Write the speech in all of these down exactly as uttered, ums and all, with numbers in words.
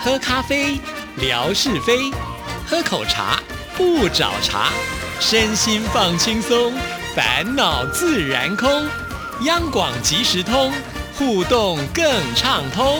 喝咖啡，聊是非；喝口茶，不找茬。身心放轻松，烦恼自然空。央广即时通，互动更畅通。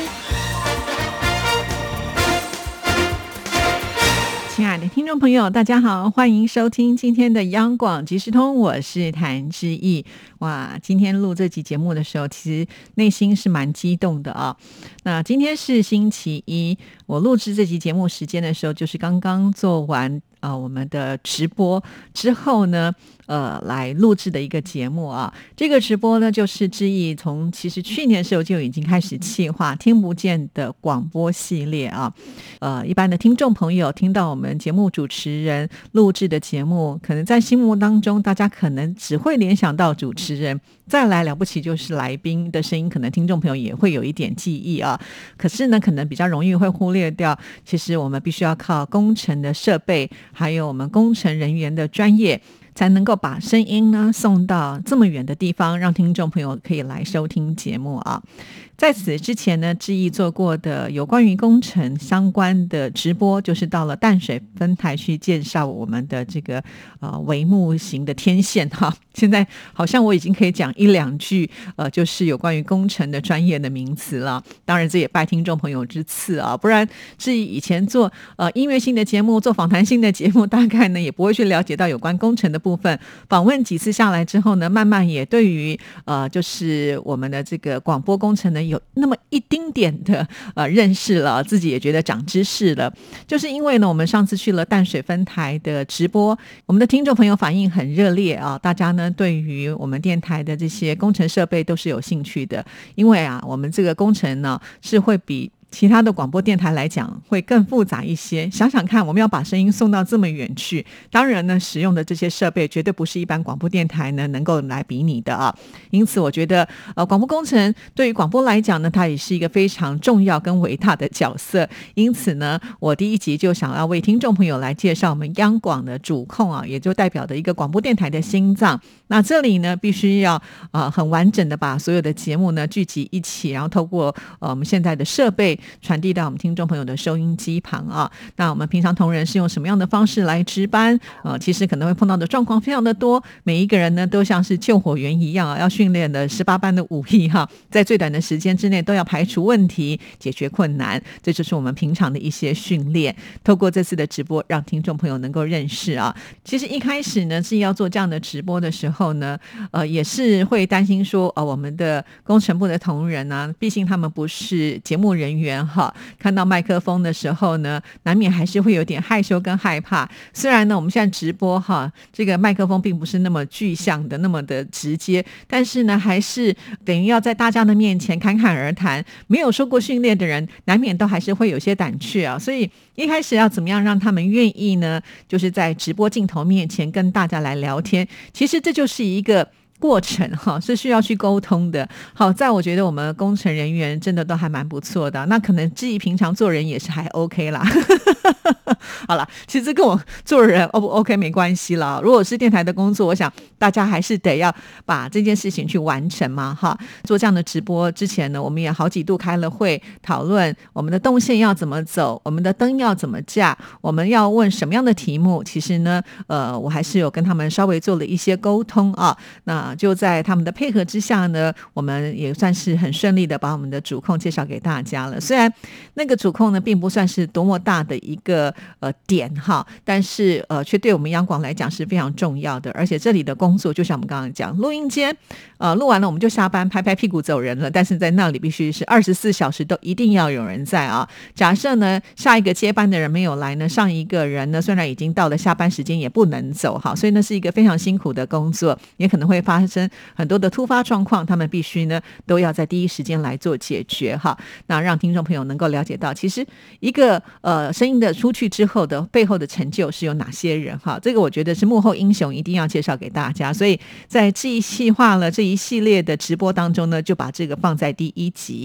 亲爱的听众朋友，大家好，欢迎收听今天的央广即时通，我是谭志毅。哇，今天录这集节目的时候，其实内心是蛮激动的啊。那今天是星期一，我录制这集节目时间的时候，就是刚刚做完呃我们的直播之后呢，呃来录制的一个节目啊。这个直播呢，就是志毅从其实去年的时候就已经开始企划听不见的广播系列啊。呃，一般的听众朋友听到我们节目主持人录制的节目，可能在心目当中，大家可能只会联想到主持人，再来了不起就是来宾的声音，可能听众朋友也会有一点记忆啊。可是呢，可能比较容易会忽略掉，其实我们必须要靠工程的设备，还有我们工程人员的专业，才能够把声音呢送到这么远的地方，让听众朋友可以来收听节目啊。在此之前呢，志毅做过的有关于工程相关的直播，就是到了淡水分台去介绍我们的这个呃帷幕型的天线哈。现在好像我已经可以讲一两句呃，就是有关于工程的专业的名词了。当然这也拜听众朋友之赐啊，不然志毅以前做呃音乐性的节目，做访谈性的节目，大概呢也不会去了解到有关工程的部分。访问几次下来之后呢，慢慢也对于呃就是我们的这个广播工程呢有那么一丁点的呃认识了，自己也觉得长知识了。就是因为呢，我们上次去了淡水分台的直播，我们的听众朋友反应很热烈啊，大家呢对于我们电台的这些工程设备都是有兴趣的，因为啊，我们这个工程呢是会比其他的广播电台来讲会更复杂一些。想想看，我们要把声音送到这么远去，当然呢使用的这些设备绝对不是一般广播电台呢能够来比拟的啊。因此我觉得呃，广播工程对于广播来讲呢，它也是一个非常重要跟伟大的角色。因此呢，我第一集就想要为听众朋友来介绍我们央广的主控啊，也就代表的一个广播电台的心脏。那这里呢必须要呃很完整的把所有的节目呢聚集一起，然后透过呃我们现在的设备传递到我们听众朋友的收音机旁啊。那我们平常同仁是用什么样的方式来值班？呃，其实可能会碰到的状况非常的多，每一个人呢都像是救火员一样啊，要训练的十八般的武艺哈，在最短的时间之内都要排除问题，解决困难。这就是我们平常的一些训练。透过这次的直播，让听众朋友能够认识啊。其实一开始呢，是要做这样的直播的时候呢，呃，也是会担心说，呃，我们的工程部的同仁呢、啊，毕竟他们不是节目人员哈，看到麦克风的时候呢，难免还是会有点害羞跟害怕。虽然呢，我们现在直播哈，这个麦克风并不是那么具象的，那么的直接，但是呢，还是等于要在大家的面前侃侃而谈。没有受过训练的人，难免都还是会有些胆怯啊。所以一开始要怎么样让他们愿意呢？就是在直播镜头面前跟大家来聊天。其实这就是一个过程哈，是需要去沟通的。好在我觉得我们工程人员真的都还蛮不错的，那可能至于平常做人也是还 OK 啦。好了，其实跟我做人 O 不 OK 没关系啦。如果是电台的工作，我想大家还是得要把这件事情去完成嘛哈。做这样的直播之前呢，我们也好几度开了会，讨论我们的动线要怎么走，我们的灯要怎么架，我们要问什么样的题目。其实呢，呃，我还是有跟他们稍微做了一些沟通啊。那就在他们的配合之下呢，我们也算是很顺利的把我们的主控介绍给大家了。虽然那个主控呢，并不算是多么大的一个呃点哈，但是呃，却对我们央广来讲是非常重要的。而且这里的工作，就像我们刚刚讲，录音间呃录完了我们就下班，拍拍屁股走人了。但是在那里必须是二十四小时都一定要有人在啊。假设呢下一个接班的人没有来呢，上一个人呢虽然已经到了下班时间也不能走哈，所以那是一个非常辛苦的工作，也可能会发生很多的突发状况，他们必须呢都要在第一时间来做解决哈。那让听众朋友能够了解到，其实一个呃声音的出去之后的背后的成就是有哪些人哈。这个我觉得是幕后英雄，一定要介绍给大家。所以在这一细化了这一系列的直播当中呢，就把这个放在第一集。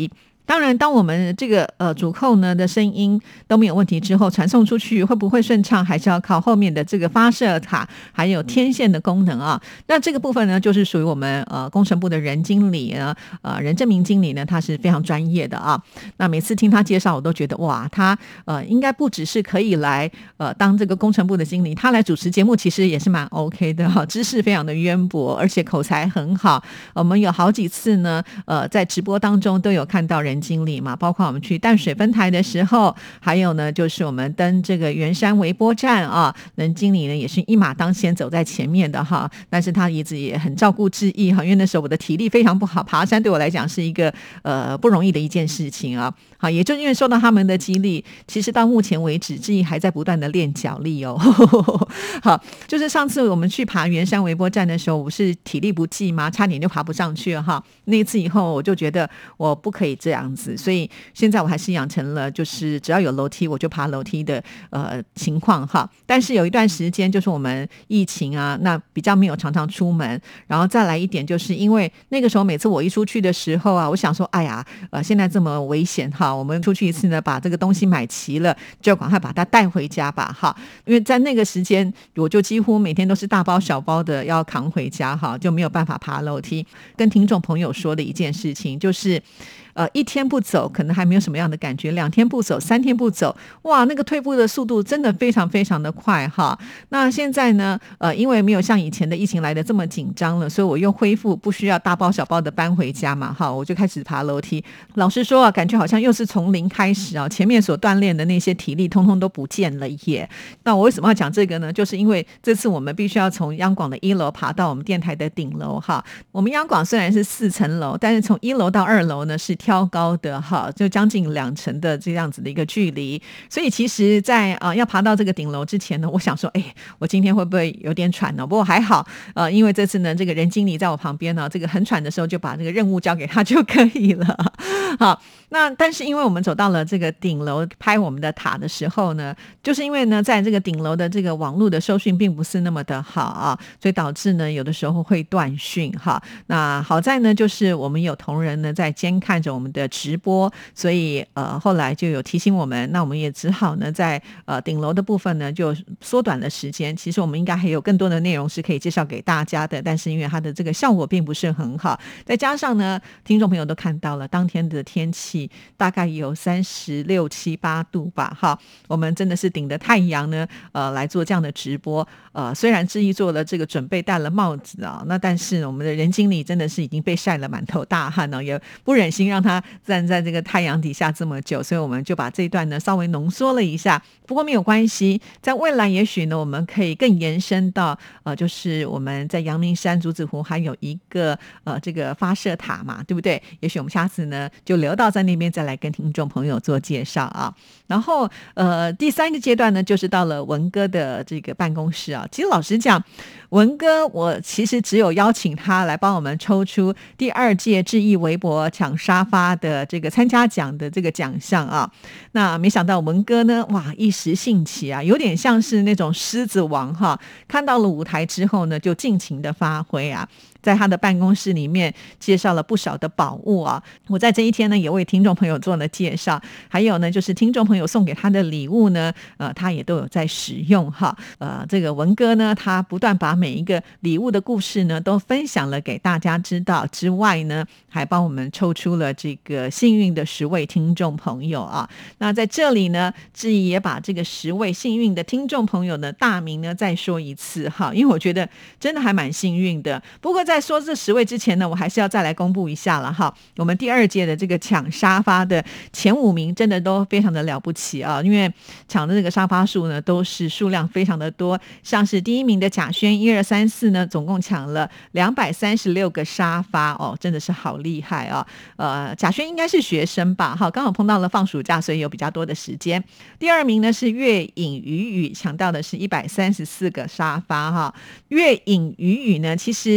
当然当我们这个呃主扣呢的声音都没有问题之后，传送出去会不会顺畅，还是要靠后面的这个发射塔还有天线的功能啊。那这个部分呢，就是属于我们呃工程部的任经理呢，呃任正明经理呢，他是非常专业的啊。那每次听他介绍，我都觉得哇，他呃应该不只是可以来呃当这个工程部的经理，他来主持节目其实也是蛮 OK 的哈，知识非常的渊博，而且口才很好。我们有好几次呢，呃在直播当中都有看到任经理嘛，包括我们去淡水分台的时候，还有呢就是我们登这个圆山微波站啊，任经理呢也是一马当先走在前面的哈，但是他一直也很照顾志毅哈，因为那时候我的体力非常不好，爬山对我来讲是一个呃不容易的一件事情啊。好，也就因为受到他们的激励，其实到目前为止志毅还在不断的练脚力哦。好，就是上次我们去爬圆山微波站的时候，我是体力不济嘛，差点就爬不上去了哈。那一次以后我就觉得我不可以这样子，所以现在我还是养成了就是只要有楼梯我就爬楼梯的呃情况哈。但是有一段时间就是我们疫情啊，那比较没有常常出门，然后再来一点就是因为那个时候每次我一出去的时候啊，我想说哎呀呃现在这么危险哈，我们出去一次呢把这个东西买齐了就赶快把它带回家吧哈。因为在那个时间我就几乎每天都是大包小包的要扛回家哈，就没有办法爬楼梯。跟听众朋友说的一件事情就是呃，一天不走可能还没有什么样的感觉，两天不走三天不走，哇那个退步的速度真的非常非常的快哈。那现在呢呃，因为没有像以前的疫情来的这么紧张了，所以我又恢复不需要大包小包的搬回家嘛哈，我就开始爬楼梯。老实说啊，感觉好像又是从零开始啊，前面所锻炼的那些体力通通都不见了耶。那我为什么要讲这个呢？就是因为这次我们必须要从央广的一楼爬到我们电台的顶楼哈。我们央广虽然是四层楼，但是从一楼到二楼呢是挑高的哈，就将近两层的这样子的一个距离。所以其实在呃要爬到这个顶楼之前呢，我想说哎，我今天会不会有点喘呢？不过还好呃，因为这次呢这个任经理在我旁边呢，这个很喘的时候就把这个任务交给他就可以了。好，那但是因为我们走到了这个顶楼拍我们的塔的时候呢，就是因为呢在这个顶楼的这个网络的收讯并不是那么的好啊，所以导致呢有的时候会断讯哈。那好在呢就是我们有同仁呢在监看着我们的直播，所以呃后来就有提醒我们，那我们也只好呢在呃顶楼的部分呢就缩短了时间。其实我们应该还有更多的内容是可以介绍给大家的，但是因为它的这个效果并不是很好，再加上呢听众朋友都看到了当天的天气大概有三十六七八度吧哈，我们真的是顶着太阳呢呃来做这样的直播。呃虽然志毅做了这个准备戴了帽子啊，那但是我们的任经理真的是已经被晒了满头大汗了，也不忍心让他站在这个太阳底下这么久，所以我们就把这一段呢稍微浓缩了一下。不过没有关系，在未来也许呢我们可以更延伸到呃就是我们在阳明山竹子湖还有一个呃这个发射塔嘛，对不对？也许我们下次呢就留到在那边再来跟听众朋友做介绍啊。然后呃第三个阶段呢就是到了文哥的这个办公室啊。其实老实讲，文哥我其实只有邀请他来帮我们抽出第二届志毅微博抢沙发的这个参加奖的这个奖项啊。那没想到文哥呢哇一时兴起啊，有点像是那种狮子王哈，看到了舞台之后呢就尽情的发挥啊，在他的办公室里面介绍了不少的宝物啊。我在这一天呢也为听众朋友做了介绍，还有呢就是听众朋友送给他的礼物呢呃他也都有在使用哈。呃这个文哥呢他不断把每一个礼物的故事呢都分享了给大家知道之外呢，还帮我们抽出了这个幸运的十位听众朋友啊。那在这里呢志毅也把这个十位幸运的听众朋友的大名呢再说一次哈，因为我觉得真的还蛮幸运的。不过在说这十位之前呢，我还是要再来公布一下了哈。我们第二届的这个抢沙发的前五名真的都非常的了不起啊，因为抢的这个沙发数呢都是数量非常的多，像是第一名的贾轩一二三四呢总共抢了两百三十六个沙发哦，真的是好厉害啊。呃贾轩应该是学生吧哈，刚好碰到了放暑假，所以有比较多的时间。第二名呢是月影雨雨，抢到的是一百三十四个沙发哈。月影雨雨呢其实在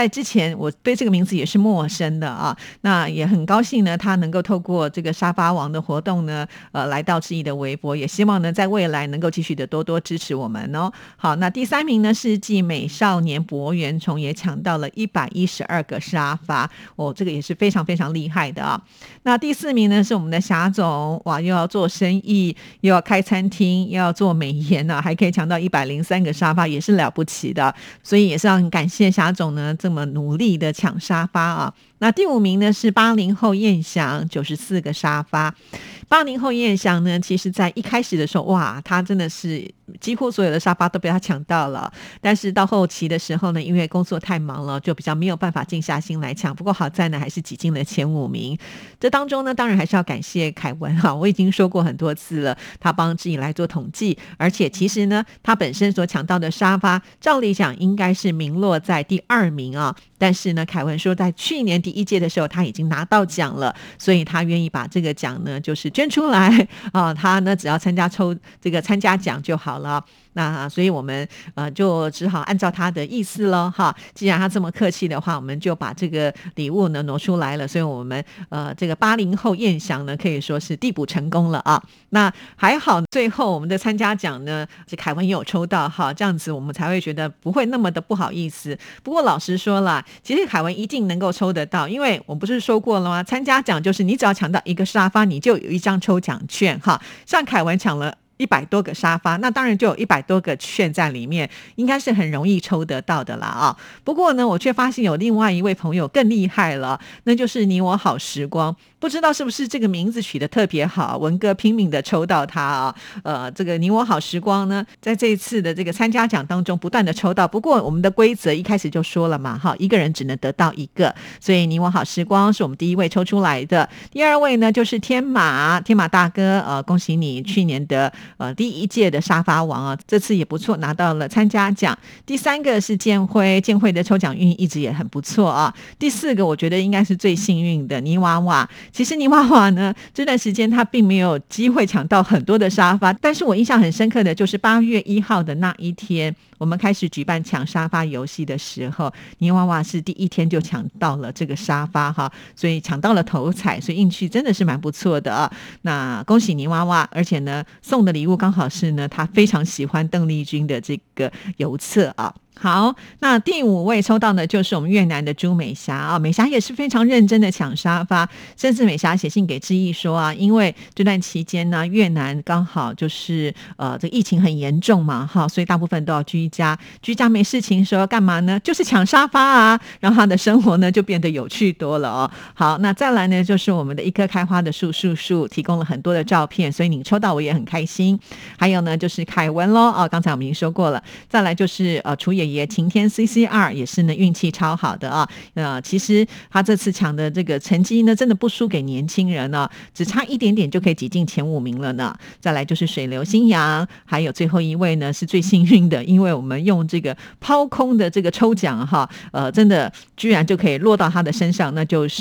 之前我对这个名字也是陌生的啊，那也很高兴呢，他能够透过这个沙发王的活动呢，呃，来到志毅的微博，也希望呢在未来能够继续的多多支持我们哦。好，那第三名呢是继美少年博元崇，也抢到了一百一十二个沙发哦，这个也是非常非常厉害的啊。那第四名呢是我们的霞总，哇，又要做生意，又要开餐厅，又要做美颜啊，还可以抢到一百零三个沙发，也是了不起的。所以也是要很感谢霞总呢这么努力的抢沙发啊。那第五名呢是八零后燕翔，九十四个沙发。八零后燕翔呢，其实在一开始的时候，哇，他真的是几乎所有的沙发都被他抢到了。但是到后期的时候呢，因为工作太忙了，就比较没有办法静下心来抢。不过好在呢，还是挤进了前五名。这当中呢，当然还是要感谢凯文哈，我已经说过很多次了，他帮志毅来做统计，而且其实呢，他本身所抢到的沙发，照理讲应该是名落在第二名啊。但是呢，凯文说在去年第一届的时候他已经拿到奖了，所以他愿意把这个奖呢就是捐出来啊，他呢只要参加抽这个参加奖就好了。那所以我们呃就只好按照他的意思了哈。既然他这么客气的话，我们就把这个礼物呢挪出来了。所以我们呃这个八零后燕翔呢可以说是递补成功了啊。那还好，最后我们的参加奖呢，这凯文也有抽到哈，这样子我们才会觉得不会那么的不好意思。不过老实说啦，其实凯文一定能够抽得到，因为我不是说过了吗？参加奖就是你只要抢到一个沙发，你就有一张抽奖券哈。像凯文抢了一百多个沙发，那当然就有一百多个券在里面，应该是很容易抽得到的啦啊。不过呢，我却发现有另外一位朋友更厉害了，那就是你我好时光。不知道是不是这个名字取得特别好，文哥拼命的抽到他啊。呃，这个你我好时光呢，在这一次的这个参加奖当中不断的抽到。不过我们的规则一开始就说了嘛，哈，一个人只能得到一个，所以你我好时光是我们第一位抽出来的。第二位呢就是天马，天马大哥，呃，恭喜你去年的呃第一届的沙发王啊，这次也不错，拿到了参加奖。第三个是建辉，建辉的抽奖运一直也很不错啊。第四个我觉得应该是最幸运的泥娃娃。其实泥娃娃呢，这段时间他并没有机会抢到很多的沙发，但是我印象很深刻的就是八月一号的那一天，我们开始举办抢沙发游戏的时候，泥娃娃是第一天就抢到了这个沙发哈，所以抢到了头彩，所以运气真的是蛮不错的啊。那恭喜泥娃娃，而且呢送的礼物刚好是呢他非常喜欢邓丽君的这个邮册啊。好，那第五位抽到的就是我们越南的朱美霞啊，美霞也是非常认真的抢沙发，甚至美霞写信给志毅说啊，因为这段期间呢，越南刚好就是呃这个疫情很严重嘛，哈，所以大部分都要居家，居家没事情说干嘛呢？就是抢沙发啊，让他的生活呢就变得有趣多了哦。好，那再来呢就是我们的一棵开花的树树树提供了很多的照片，所以你抽到我也很开心。还有呢就是凯文咯，哦，刚才我们已经说过了。再来就是呃楚野也晴天 C C R 也是呢运气超好的啊，呃，其实他这次抢的这个成绩呢，真的不输给年轻人呢、啊，只差一点点就可以挤进前五名了呢。再来就是水流新阳，还有最后一位呢是最幸运的，因为我们用这个抛空的这个抽奖哈，呃，真的居然就可以落到他的身上，那就是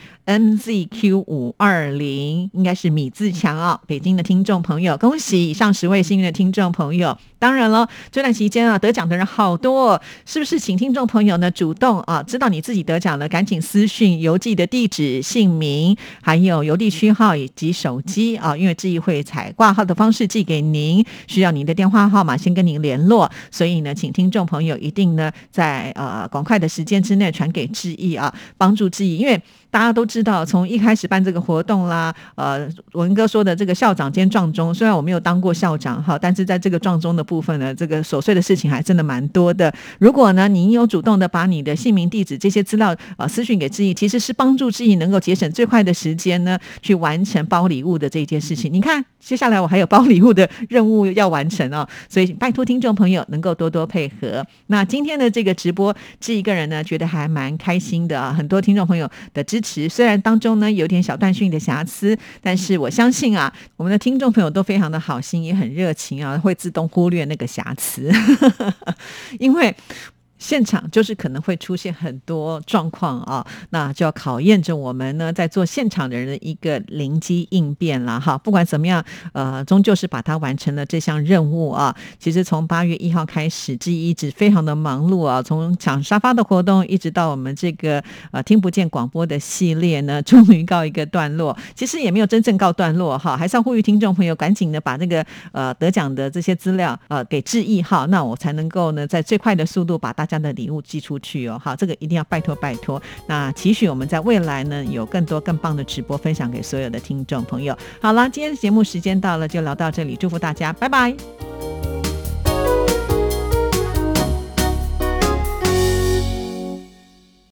M Z Q 五二零， 应该是米自强啊，北京的听众朋友，恭喜以上十位幸运的听众朋友。当然了，这段期间啊，得奖的人好多，是不是？请听众朋友呢主动啊，知道你自己得奖了，赶紧私讯邮寄的地址、姓名，还有邮递区号以及手机啊，因为志毅会采挂号的方式寄给您，需要您的电话号码先跟您联络，所以呢，请听众朋友一定呢在呃广快的时间之内传给志毅啊，帮助志毅，因为大家都知道，从一开始办这个活动啦，呃，文哥说的这个校长兼撞钟，虽然我没有当过校长哈，但是在这个撞钟的部分呢，这个琐碎的事情还真的蛮多的。如果呢，您有主动的把你的姓名、地址这些资料呃私讯给志毅，其实是帮助志毅能够节省最快的时间呢，去完成包礼物的这件事情。你看，接下来我还有包礼物的任务要完成哦，所以拜托听众朋友能够多多配合。那今天的这个直播，志毅个人呢觉得还蛮开心的啊，很多听众朋友的支持，虽然当中呢有点小断讯的瑕疵，但是我相信啊，我们的听众朋友都非常的好心，也很热情啊，会自动忽略那个瑕疵因为现场就是可能会出现很多状况啊，那就要考验着我们呢在做现场的人的一个灵机应变啦哈。不管怎么样，呃，终究是把它完成了这项任务啊。其实从八月一号开始，志毅一直非常的忙碌啊，从抢沙发的活动一直到我们这个呃听不见广播的系列呢，终于告一个段落。其实也没有真正告段落哈，还是要呼吁听众朋友赶紧的把这个呃得奖的这些资料呃给志毅哈，那我才能够呢在最快的速度把大家的礼物寄出去哦。好，这个一定要拜托拜托。那期许我们在未来呢有更多更棒的直播分享给所有的听众朋友。好了，今天的节目时间到了，就聊到这里，祝福大家，拜拜。